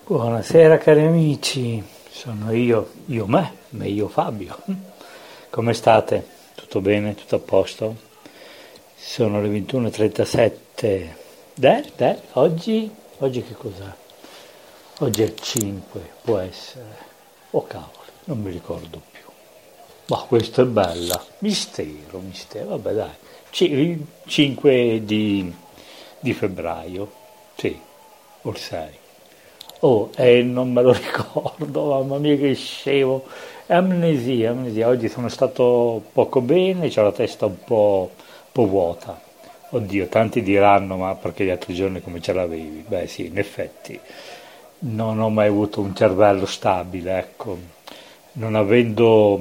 Buonasera cari amici, sono io Fabio. Come state? Tutto bene? Tutto a posto? Sono le 21:37. Oggi che cos'è? Oggi è il 5, può essere. Oh cavolo, non mi ricordo più. Ma questa è bella. Mistero. Vabbè dai. Il 5 di febbraio. Sì, o il 6. Oh, non me lo ricordo, mamma mia che scemo. Amnesia. Oggi sono stato poco bene, c'ho la testa un po' vuota. Oddio, tanti diranno, ma perché gli altri giorni come ce l'avevi? Beh sì, in effetti non ho mai avuto un cervello stabile, ecco. Non avendo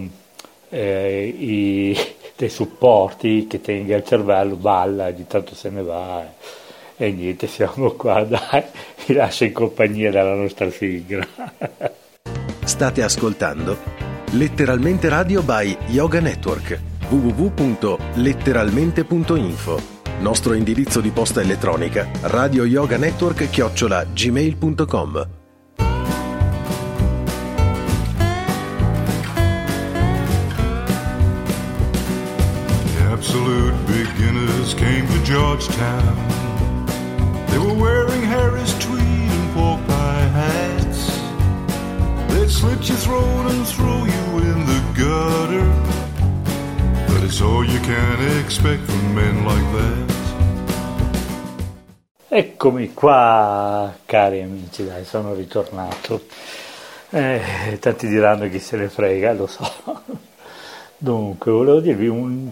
dei supporti che tenga il cervello, balla, di tanto se ne va. E niente, siamo qua, dai, vi lascio in compagnia della nostra sigla. State ascoltando Letteralmente Radio by Yoga Network, www.letteralmente.info. Nostro indirizzo di posta elettronica radioyoganetwork@gmail.com. Absolute beginners came to Georgetown. They were wearing Harris tweed and pork pie hats. They'd slit your throat and throw you in the gutter. But it's all you can expect from men like that. Eccomi qua, cari amici, dai, sono ritornato. Tanti diranno chi se ne frega, lo so. Dunque, volevo dirvi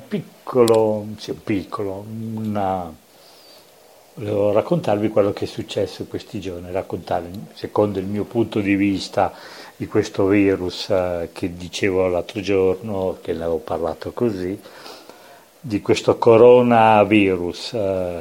volevo raccontarvi quello che è successo questi giorni, raccontarvi, secondo il mio punto di vista, di questo virus che dicevo l'altro giorno, che ne avevo parlato così, di questo coronavirus,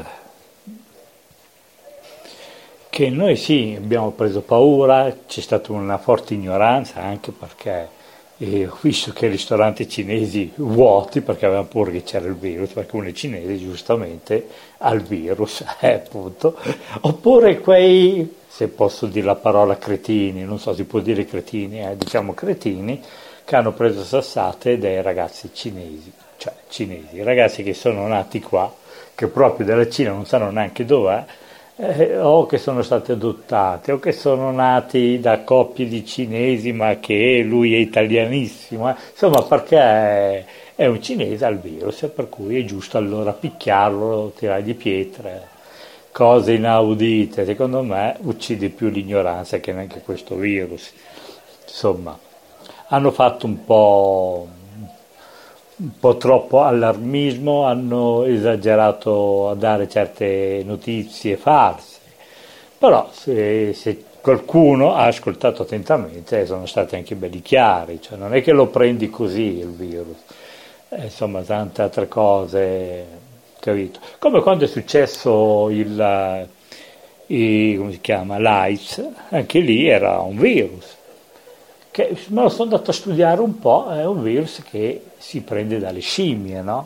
che noi sì, abbiamo preso paura, c'è stata una forte ignoranza, anche perché ho visto che i ristoranti cinesi vuoti, perché avevano paura che c'era il virus, perché uno è cinese giustamente ha il virus, appunto. Oppure quei, se posso dire la parola cretini, non so se può dire cretini, diciamo cretini, che hanno preso sassate dai ragazzi cinesi, ragazzi che sono nati qua, che proprio della Cina non sanno neanche dov'è, o che sono stati adottati, o che sono nati da coppie di cinesi, ma che lui è italianissimo, insomma, perché è un cinese al virus, per cui è giusto allora picchiarlo, tirargli pietre, cose inaudite. Secondo me uccide più l'ignoranza che neanche questo virus. Insomma, hanno fatto un po' troppo allarmismo, hanno esagerato a dare certe notizie false, però se qualcuno ha ascoltato attentamente sono stati anche belli chiari, cioè non è che lo prendi così il virus, insomma tante altre cose, capito? Come quando è successo come si chiama, l'AIDS, anche lì era un virus, che me lo sono andato a studiare un po', è un virus che si prende dalle scimmie, no?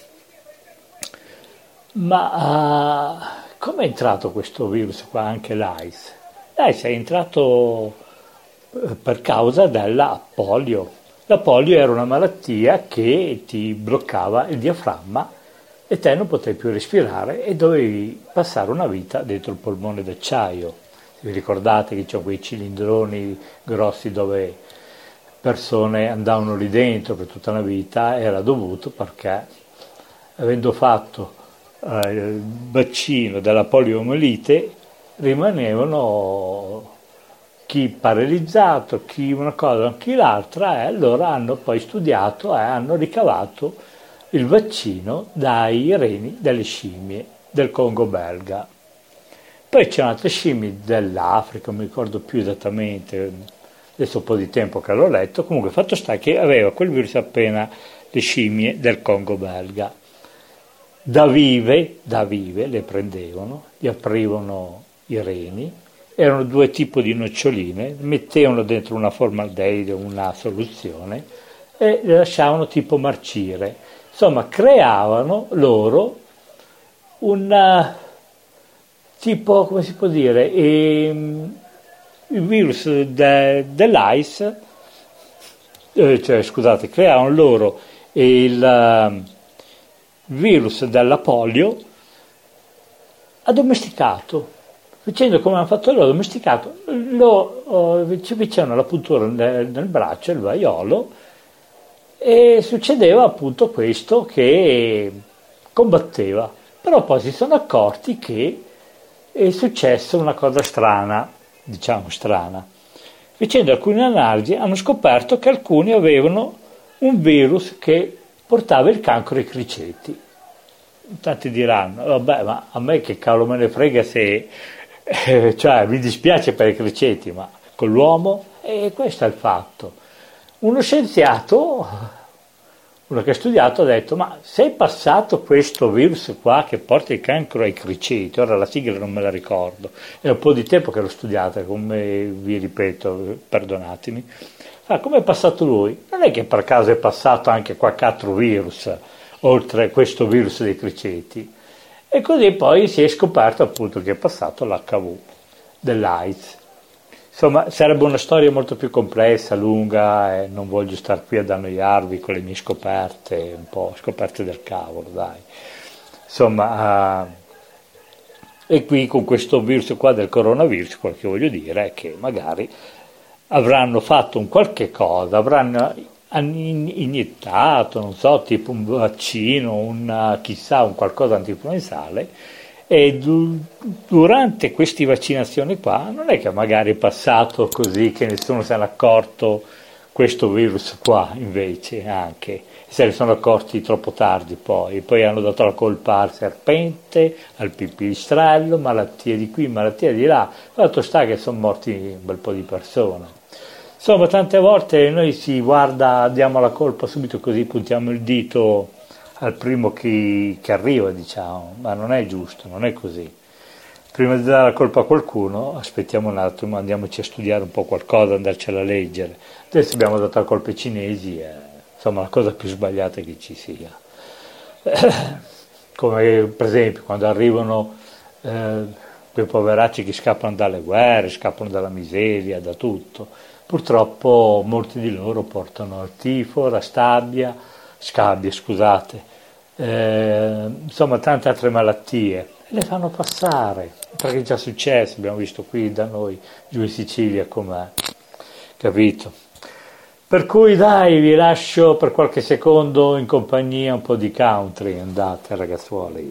Ma come è entrato questo virus qua, anche l'AIDS? L'AIDS è entrato per causa della polio. La polio era una malattia che ti bloccava il diaframma e te non potevi più respirare e dovevi passare una vita dentro il polmone d'acciaio. Vi ricordate che c'erano quei cilindroni grossi dove persone andavano lì dentro per tutta una vita? Era dovuto perché, avendo fatto il vaccino della poliomielite, rimanevano chi paralizzato, chi una cosa, chi l'altra, e allora hanno poi studiato e hanno ricavato il vaccino dai reni delle scimmie del Congo belga. Poi c'erano altre scimmie dell'Africa, non mi ricordo più esattamente, adesso un po' di tempo che l'ho letto, comunque fatto sta che aveva quel virus appena le scimmie del Congo belga. Da vive le prendevano, gli aprivano i reni, erano due tipi di noccioline, mettevano dentro una formaldeide, una soluzione, e le lasciavano tipo marcire. Insomma, creavano loro una tipo, come si può dire, il virus dell'AIDS, crearono loro il virus della polio addomesticato, facendo come hanno fatto loro, addomesticato, ci facevano la puntura nel braccio, il vaiolo, e succedeva appunto questo, che combatteva. Però poi si sono accorti che è successa una cosa strana, facendo alcune analisi hanno scoperto che alcuni avevano un virus che portava il cancro ai criceti. Tanti diranno, vabbè, ma a me che cavolo me ne frega se mi dispiace per i criceti, ma con l'uomo, e questo è il fatto. Uno scienziato, uno che ha studiato, ha detto, ma se è passato questo virus qua che porta il cancro ai criceti, ora la sigla non me la ricordo, è un po' di tempo che l'ho studiata, come vi ripeto, perdonatemi, come è passato lui? Non è che per caso è passato anche qualche altro virus, oltre a questo virus dei criceti, e così poi si è scoperto appunto che è passato l'HIV dell'AIDS. Insomma, sarebbe una storia molto più complessa, lunga, e non voglio star qui ad annoiarvi con le mie scoperte, un po' scoperte del cavolo, dai. Insomma, e qui con questo virus qua del coronavirus, quello che voglio dire è che magari avranno fatto un qualche cosa, avranno iniettato, non so, tipo un vaccino, chissà, un qualcosa antinfluenzale, e durante queste vaccinazioni qua non è che magari è passato così che nessuno se n'è accorto questo virus qua, invece anche se ne sono accorti troppo tardi, poi hanno dato la colpa al serpente, al pipistrello, malattie di qui, malattie di là. Fatto sta che sono morti un bel po' di persone. Insomma, tante volte noi si guarda, diamo la colpa subito, così puntiamo il dito al primo che arriva, diciamo, ma non è giusto, non è così. Prima di dare la colpa a qualcuno, aspettiamo un attimo, andiamoci a studiare un po' qualcosa, andarcela a leggere. Adesso abbiamo dato la colpa ai cinesi, insomma, la cosa più sbagliata che ci sia. Come per esempio quando arrivano quei poveracci che scappano dalle guerre, scappano dalla miseria, da tutto. Purtroppo molti di loro portano il tifo, la scabbia, insomma tante altre malattie, e le fanno passare, perché è già successo, abbiamo visto qui da noi, giù in Sicilia com'è, capito? Per cui dai, vi lascio per qualche secondo in compagnia un po' di country, andate ragazzuoli.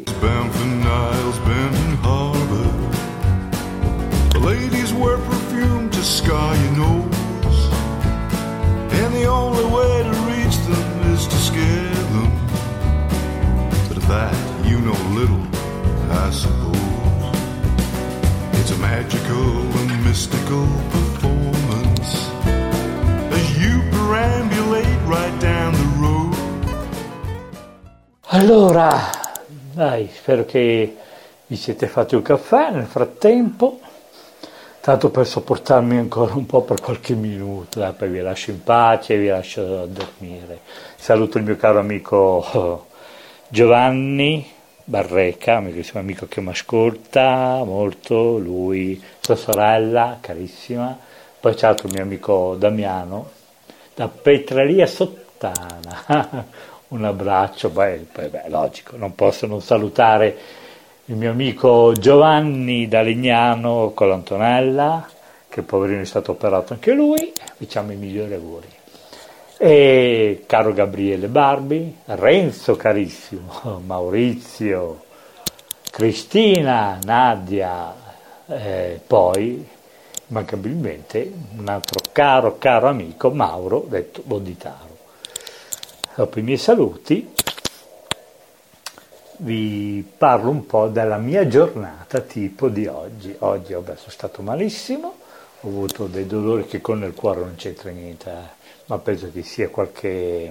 The ladies wear perfume to sky your nose, and the only way to reach them is to scare them. But of that you know little, I suppose. It's a magical and mystical performance as you perambulate right down the road. Allora, dai, spero che vi siete fatti un caffè nel frattempo, tanto per sopportarmi ancora un po' per qualche minuto, poi vi lascio in pace, vi lascio dormire. Saluto il mio caro amico Giovanni Barreca, mio carissimo amico che mi ascolta molto, lui, sua sorella carissima, poi c'è altro mio amico Damiano da Petreria Sottana. Un abbraccio, logico, non posso non salutare il mio amico Giovanni da Legnano con l'Antonella, che poverino è stato operato anche lui, facciamo i migliori auguri. E caro Gabriele Barbi, Renzo carissimo, Maurizio, Cristina, Nadia, poi mancabilmente un altro caro amico Mauro, detto Bonditaro. Dopo i miei saluti vi parlo un po' della mia giornata tipo di oggi. Oggi sono stato malissimo, ho avuto dei dolori che con il cuore non c'entra niente, ma penso che sia qualche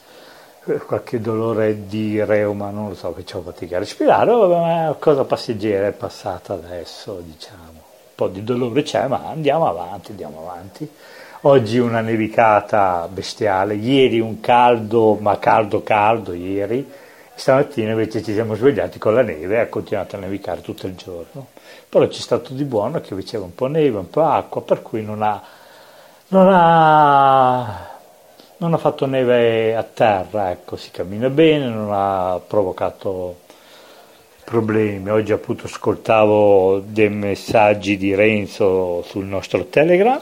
dolore di reuma, non lo so, che ci ho fatica a respirare, ma è una cosa passeggera, è passata adesso, diciamo. Un po' di dolore c'è, ma andiamo avanti. Oggi una nevicata bestiale, ieri un caldo ieri, Stamattina invece ci siamo svegliati con la neve e ha continuato a nevicare tutto il giorno. Però c'è stato di buono che faceva un po' neve, un po' acqua, per cui non ha, non ha fatto neve a terra, ecco, si cammina bene, non ha provocato problemi. Oggi appunto ascoltavo dei messaggi di Renzo sul nostro Telegram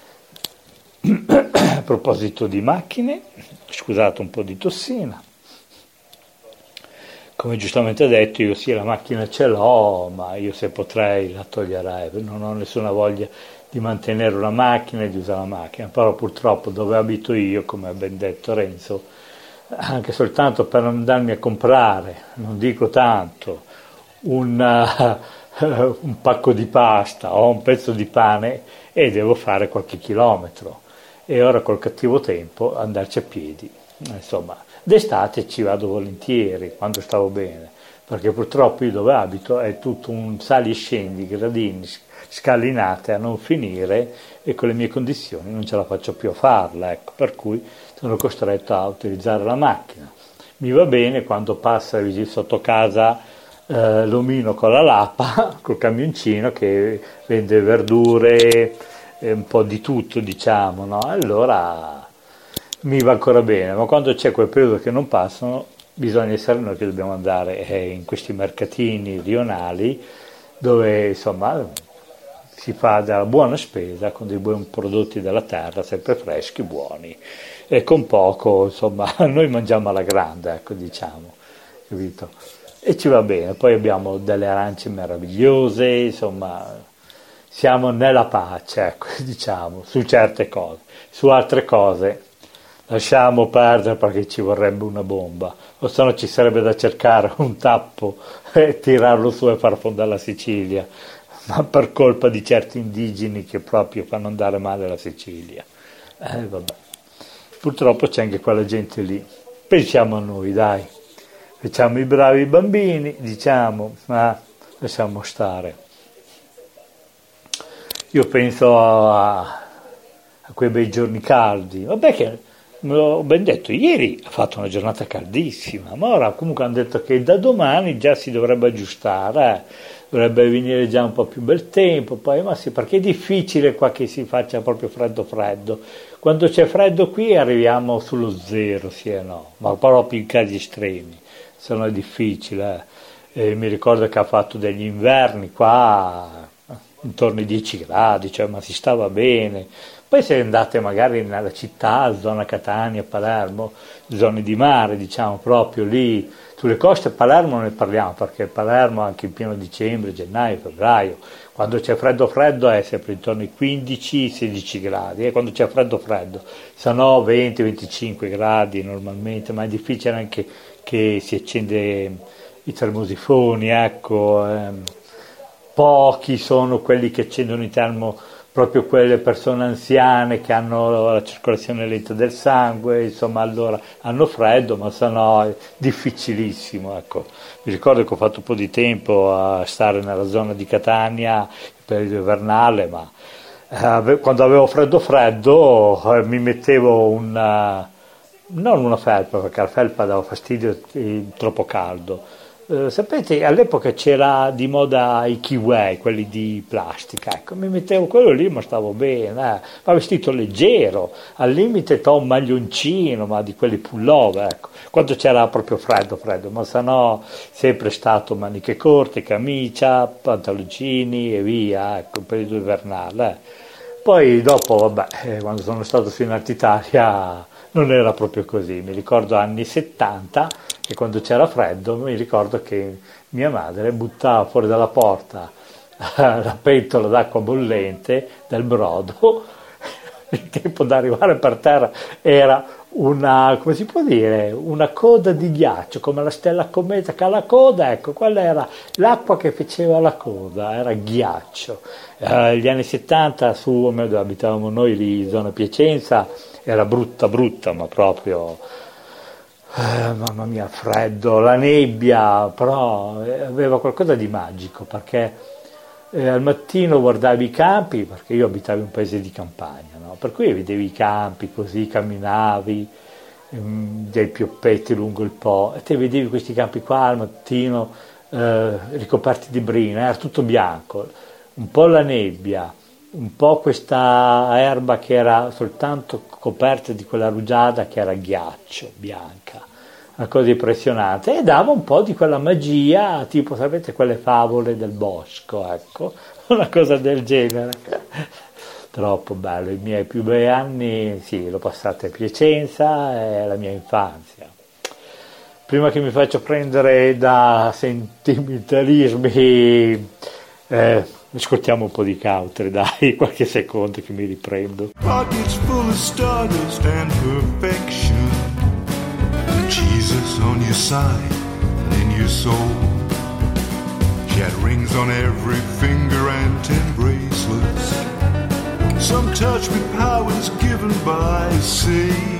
a proposito di macchine, scusate un po' di tossina. Come giustamente detto, io sì, la macchina ce l'ho, ma io se potrei la toglierei, non ho nessuna voglia di mantenere una macchina e di usare la macchina, però purtroppo dove abito io, come ha ben detto Renzo, anche soltanto per andarmi a comprare, non dico tanto, un pacco di pasta o un pezzo di pane e devo fare qualche chilometro e ora col cattivo tempo andarci a piedi, insomma. D'estate ci vado volentieri, quando stavo bene, perché purtroppo io dove abito è tutto un sali e scendi, gradini, scalinate a non finire e con le mie condizioni non ce la faccio più a farla, ecco, per cui sono costretto a utilizzare la macchina. Mi va bene quando passa sotto casa l'omino con la lapa, col camioncino che vende verdure, un po' di tutto, diciamo, no? Allora mi va ancora bene, ma quando c'è quel periodo che non passano, bisogna essere noi che dobbiamo andare in questi mercatini rionali dove insomma si fa della buona spesa con dei buoni prodotti della terra, sempre freschi, buoni e con poco, insomma, noi mangiamo alla grande, ecco, diciamo, capito? E ci va bene. Poi abbiamo delle arance meravigliose, insomma, siamo nella pace, ecco, diciamo, su certe cose. Su altre cose lasciamo perdere perché ci vorrebbe una bomba, o se no ci sarebbe da cercare un tappo e tirarlo su e far affondare la Sicilia, ma per colpa di certi indigeni che proprio fanno andare male la Sicilia. Vabbè. Purtroppo c'è anche quella gente lì. Pensiamo a noi, dai. Facciamo i bravi bambini, diciamo, ma lasciamo stare. Io penso a quei bei giorni caldi. Vabbè che, me l'ho ben detto, ieri ha fatto una giornata caldissima, ma ora comunque hanno detto che da domani già si dovrebbe aggiustare, dovrebbe venire già un po' più bel tempo, poi, ma sì, perché è difficile qua che si faccia proprio freddo. Quando c'è freddo qui arriviamo sullo zero, sì e no, ma proprio in casi estremi, se no è difficile. Mi ricordo che ha fatto degli inverni qua intorno ai 10 gradi, cioè, ma si stava bene. Poi se andate magari nella città, zona Catania, Palermo, zone di mare, diciamo, proprio lì, sulle coste Palermo non ne parliamo, perché Palermo anche in pieno dicembre, gennaio, febbraio, quando c'è freddo è sempre intorno ai 15-16 gradi, quando c'è freddo, se no 20-25 gradi normalmente, ma è difficile anche che si accende i termosifoni, ecco, pochi sono quelli che accendono i termo, proprio quelle persone anziane che hanno la circolazione lenta del sangue, insomma, allora hanno freddo, ma se no è difficilissimo, ecco. Mi ricordo che ho fatto un po' di tempo a stare nella zona di Catania, il periodo invernale, ma quando avevo freddo mi mettevo non una felpa, perché la felpa dava fastidio, troppo caldo. Sapete, all'epoca c'era di moda i kiwi, quelli di plastica, ecco, mi mettevo quello lì ma stavo bene, ma vestito leggero, al limite un maglioncino, ma di quelli pullover, ecco, quando c'era proprio freddo, ma se no sempre stato maniche corte, camicia, pantaloncini e via, ecco, un periodo invernale. Poi dopo, vabbè, quando sono stato su in Alta Italia non era proprio così, mi ricordo anni 70, che quando c'era freddo mi ricordo che mia madre buttava fuori dalla porta la pentola d'acqua bollente del brodo, il tempo da arrivare per terra era una, come si può dire, una coda di ghiaccio, come la stella cometa che ha la coda, ecco, quella era l'acqua che faceva la coda, era ghiaccio. Gli anni 70 su dove abitavamo noi lì, zona Piacenza, era brutta, ma proprio... mamma mia, freddo, la nebbia, però aveva qualcosa di magico, perché al mattino guardavi i campi, perché io abitavo in un paese di campagna, no? Per cui vedevi i campi così, camminavi, dei pioppetti lungo il Po, e te vedevi questi campi qua al mattino ricoperti di brina, era tutto bianco, un po' la nebbia, un po' questa erba che era soltanto coperta di quella rugiada che era ghiaccio, bianca, una cosa impressionante, e dava un po' di quella magia, tipo, sapete, quelle favole del bosco, ecco, una cosa del genere. Troppo bello, i miei più bei anni, sì, l'ho passata a Piacenza, è la mia infanzia. Prima che mi faccia prendere da sentimentalismi, ascoltiamo un po' di country, dai, qualche secondo che mi riprendo. Pockets full of stardust and perfection. Jesus on your side and in your soul. She had rings on every finger and 10 bracelets. Some touch with powers given by a sage.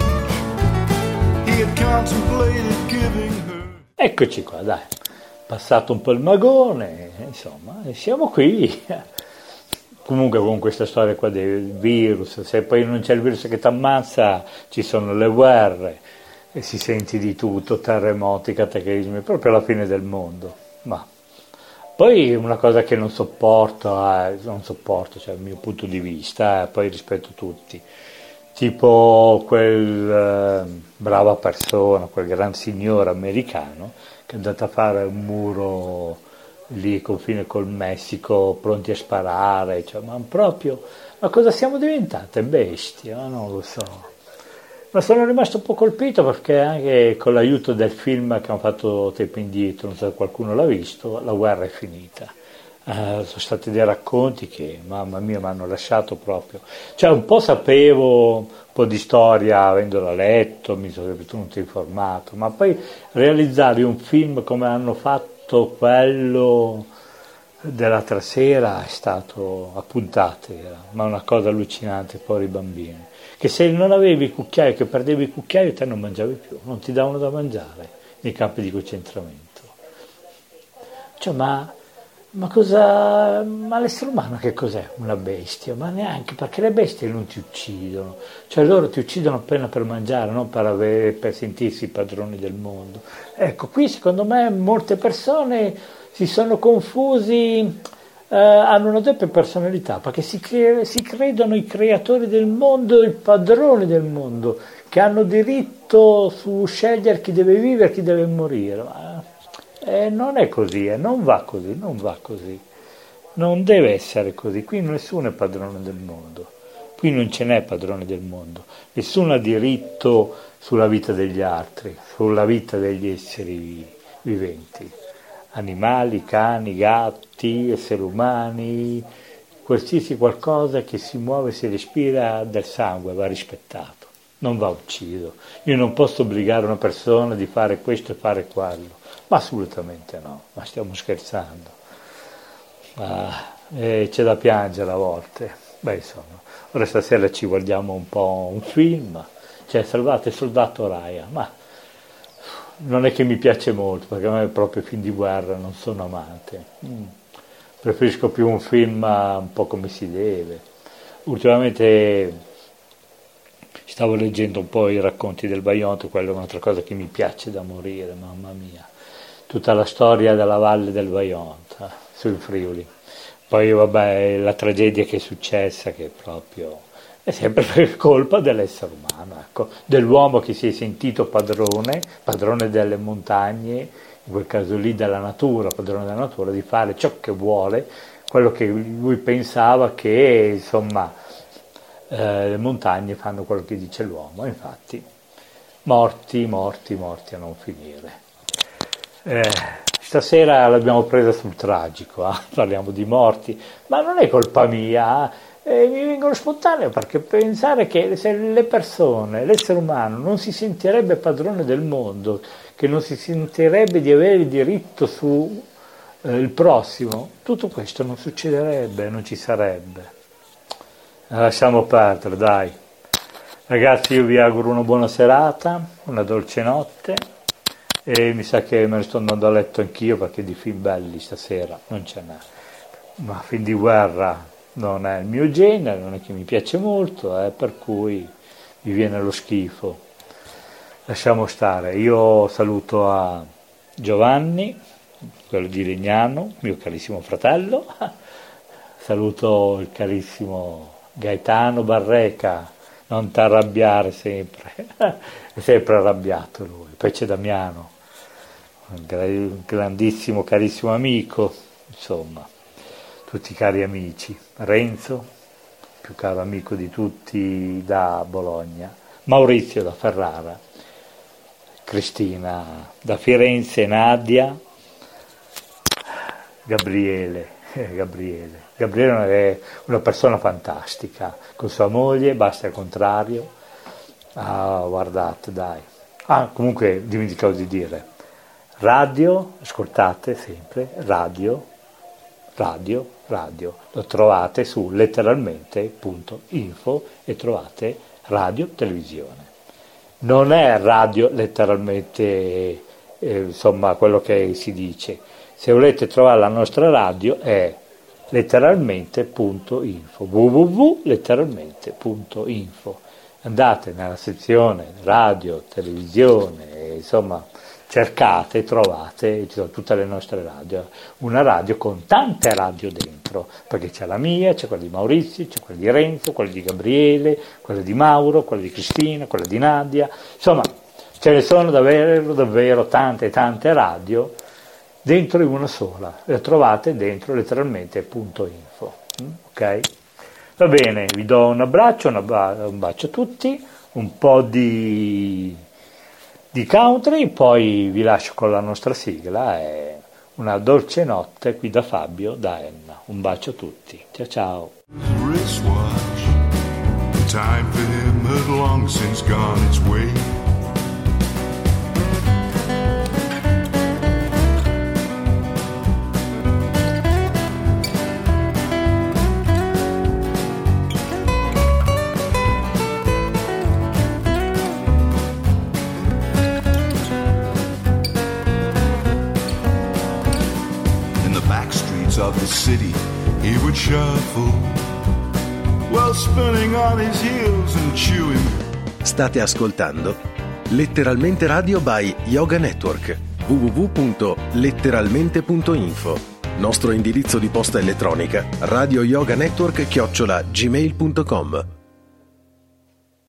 He had contemplated giving her. Eccoci qua, dai. Passato un po' il magone, insomma, e siamo qui. Comunque con questa storia qua del virus, se poi non c'è il virus che ti ammazza, ci sono le guerre, e si senti di tutto, terremoti, cataclismi, proprio alla fine del mondo. Ma poi una cosa che non sopporto, cioè il mio punto di vista, poi rispetto tutti, tipo quel brava persona, quel gran signore americano che è andato a fare un muro lì, confine col Messico, pronti a sparare, cioè, ma cosa siamo diventate? Bestie? Ma non lo so. Ma sono rimasto un po' colpito perché anche con l'aiuto del film che hanno fatto tempo indietro, non so se qualcuno l'ha visto, La guerra è finita. Sono stati dei racconti che, mamma mia, mi hanno lasciato proprio. Cioè un po' sapevo un po' di storia avendola letto, mi sono sempre tenuto informato, ma poi realizzare un film come hanno fatto quello dell'altra sera è stato a puntate, ma una cosa allucinante, poveri bambini. Che se non avevi il cucchiaio, che perdevi il cucchiaio, te non mangiavi più, non ti davano da mangiare nei campi di concentramento. Cioè, ma l'essere umano che cos'è? Una bestia? Ma neanche, perché le bestie non ti uccidono, cioè loro ti uccidono appena per mangiare, non per sentirsi padroni del mondo. Ecco, qui secondo me molte persone si sono confusi, hanno una doppia personalità, perché si credono i creatori del mondo, i padroni del mondo, che hanno diritto su scegliere chi deve vivere e chi deve morire. Ma non è così, non va così, non deve essere così. Qui nessuno è padrone del mondo, qui non ce n'è padrone del mondo, nessuno ha diritto sulla vita degli altri, sulla vita degli esseri viventi, animali, cani, gatti, esseri umani, qualsiasi qualcosa che si muove, si respira del sangue va rispettato, non va ucciso. Io non posso obbligare una persona di fare questo e fare quello, ma assolutamente no, ma stiamo scherzando. C'è da piangere a volte. Beh, insomma, ora stasera ci guardiamo un po' un film, cioè Salvate il soldato Ryan, ma non è che mi piace molto, perché a me proprio film di guerra non sono amante. Preferisco più un film un po' come si deve. Ultimamente stavo leggendo un po' i racconti del Vajont, quello è un'altra cosa che mi piace da morire, mamma mia. Tutta la storia della valle del Vajont, sul Friuli. Poi vabbè, la tragedia che è successa, che proprio è sempre per colpa dell'essere umano, ecco, dell'uomo che si è sentito padrone delle montagne, in quel caso lì della natura, padrone della natura, di fare ciò che vuole, quello che lui pensava che, insomma, le montagne fanno quello che dice l'uomo, infatti morti a non finire. Stasera l'abbiamo presa sul tragico, parliamo di morti, ma non è colpa mia, mi vengono spontaneo, perché pensare che se le persone, l'essere umano non si sentirebbe padrone del mondo, che non si sentirebbe di avere il diritto su il prossimo, tutto questo non succederebbe, non ci sarebbe. Lasciamo perdere, dai. Ragazzi, io vi auguro una buona serata, una dolce notte, e mi sa che me ne sto andando a letto anch'io, perché di film belli stasera non ce n'è, ma film di guerra non è il mio genere, non è che mi piace molto, per cui mi viene lo schifo. lasciamo stare. Io saluto a Giovanni, quello di Legnano, mio carissimo fratello, saluto il carissimo Gaetano Barreca, non t'arrabbiare sempre, è sempre arrabbiato lui. Poi c'è Damiano, un grandissimo, carissimo amico, insomma, tutti cari amici. Renzo, più caro amico di tutti da Bologna, Maurizio da Ferrara, Cristina da Firenze, Nadia, Gabriele è una persona fantastica, con sua moglie, basta il contrario. Guardate, dai. Comunque dimenticavo di dire, radio, ascoltate sempre, radio, lo trovate su letteralmente.info e trovate radio televisione. Non è radio letteralmente, insomma, quello che si dice. Se volete trovare la nostra radio è letteralmente.info, www.letteralmente.info. Andate nella sezione radio, televisione, insomma, cercate, trovate, ci sono tutte le nostre radio, una radio con tante radio dentro, perché c'è la mia, c'è quella di Maurizio, c'è quella di Renzo, quella di Gabriele, quella di Mauro, quella di Cristina, quella di Nadia, insomma, ce ne sono davvero tante radio dentro in una sola, le trovate dentro letteralmente.info, ok? Va bene, vi do un abbraccio, un bacio a tutti, un po' di country, poi vi lascio con la nostra sigla e una dolce notte qui da Fabio, da Enna. Un bacio a tutti, ciao. Time for him had long since gone its way. Of the city he would shuffle while spinning on his heels and chewing. State ascoltando Letteralmente Radio by Yoga Network, www.letteralmente.info. Nostro indirizzo di posta elettronica radioyoganetwork@gmail.com.